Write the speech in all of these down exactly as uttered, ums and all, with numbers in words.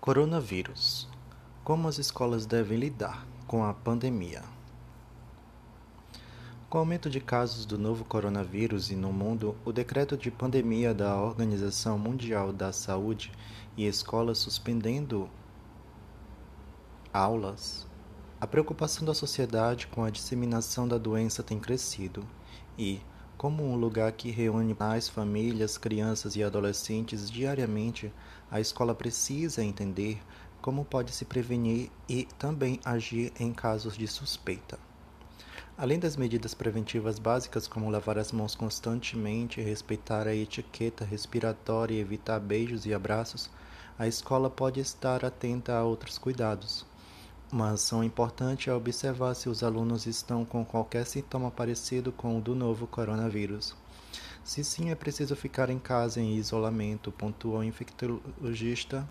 Coronavírus: como as escolas devem lidar com a pandemia? Com o aumento de casos do novo coronavírus e no mundo, o decreto de pandemia da Organização Mundial da Saúde e escolas suspendendo aulas, a preocupação da sociedade com a disseminação da doença tem crescido e, como um lugar que reúne mais famílias, crianças e adolescentes diariamente, a escola precisa entender como pode se prevenir e também agir em casos de suspeita. Além das medidas preventivas básicas como lavar as mãos constantemente, respeitar a etiqueta respiratória e evitar beijos e abraços, a escola pode estar atenta a outros cuidados. Uma ação importante é observar se os alunos estão com qualquer sintoma parecido com o do novo coronavírus. Se sim, é preciso ficar em casa em isolamento, pontua o infectologista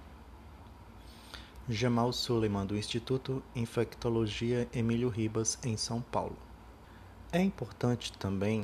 Jamal Suleiman, do Instituto Infectologia Emílio Ribas, em São Paulo. É importante também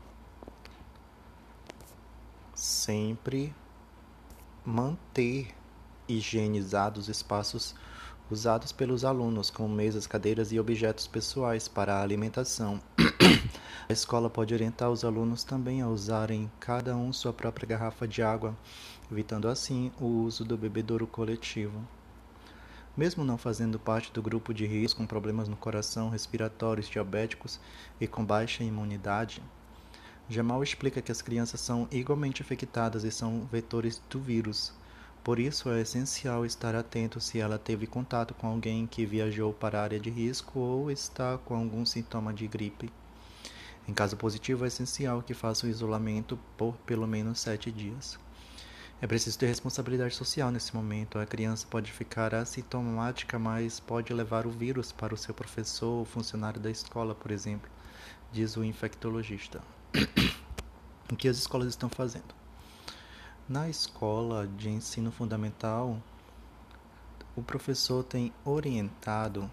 sempre manter higienizados os espaços usados pelos alunos, como mesas, cadeiras e objetos pessoais para a alimentação. A escola pode orientar os alunos também a usarem cada um sua própria garrafa de água, evitando assim o uso do bebedouro coletivo. Mesmo não fazendo parte do grupo de risco com problemas no coração, respiratórios, diabéticos e com baixa imunidade, Jamal explica que as crianças são igualmente infectadas e são vetores do vírus. Por isso, é essencial estar atento se ela teve contato com alguém que viajou para a área de risco ou está com algum sintoma de gripe. Em caso positivo, é essencial que faça o isolamento por pelo menos sete dias. É preciso ter responsabilidade social nesse momento. A criança pode ficar assintomática, mas pode levar o vírus para o seu professor ou funcionário da escola, por exemplo, diz o infectologista. O que as escolas estão fazendo? Na escola de ensino fundamental, o professor tem orientado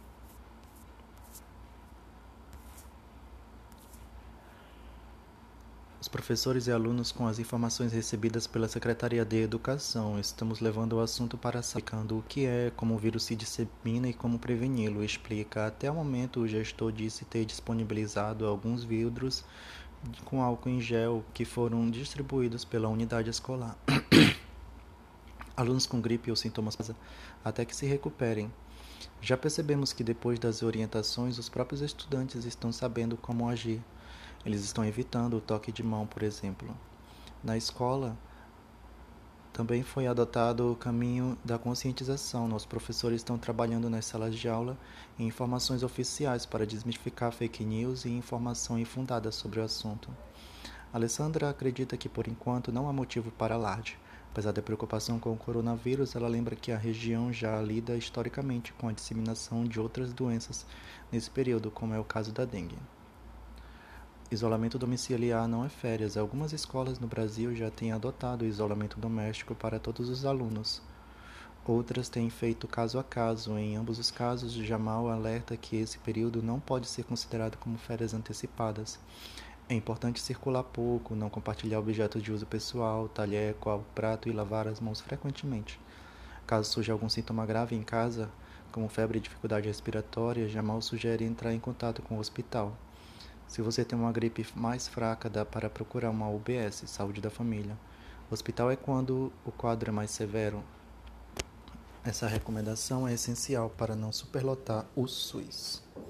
os professores e alunos com as informações recebidas pela Secretaria de Educação. Estamos levando o assunto para explicando o que é, como o vírus se dissemina e como preveni-lo, explica. Até o momento, o gestor disse ter disponibilizado alguns vidros com álcool em gel que foram distribuídos pela unidade escolar. Alunos com gripe ou sintomas até que se recuperem. Já percebemos que depois das orientações, os próprios estudantes estão sabendo como agir. Eles estão evitando o toque de mão, por exemplo. Na escola, também foi adotado o caminho da conscientização. Os professores estão trabalhando nas salas de aula em informações oficiais para desmistificar fake news e informação infundada sobre o assunto. Alessandra acredita que, por enquanto, não há motivo para alarde. Apesar da preocupação com o coronavírus, ela lembra que a região já lida historicamente com a disseminação de outras doenças nesse período, como é o caso da dengue. Isolamento domiciliar não é férias. Algumas escolas no Brasil já têm adotado o isolamento doméstico para todos os alunos. Outras têm feito caso a caso. Em ambos os casos, Jamal alerta que esse período não pode ser considerado como férias antecipadas. É importante circular pouco, não compartilhar objetos de uso pessoal, talher, copo, prato e lavar as mãos frequentemente. Caso surja algum sintoma grave em casa, como febre e dificuldade respiratória, Jamal sugere entrar em contato com o hospital. Se você tem uma gripe mais fraca, dá para procurar uma U B S, Saúde da Família. O hospital é quando o quadro é mais severo. Essa recomendação é essencial para não superlotar o SUS.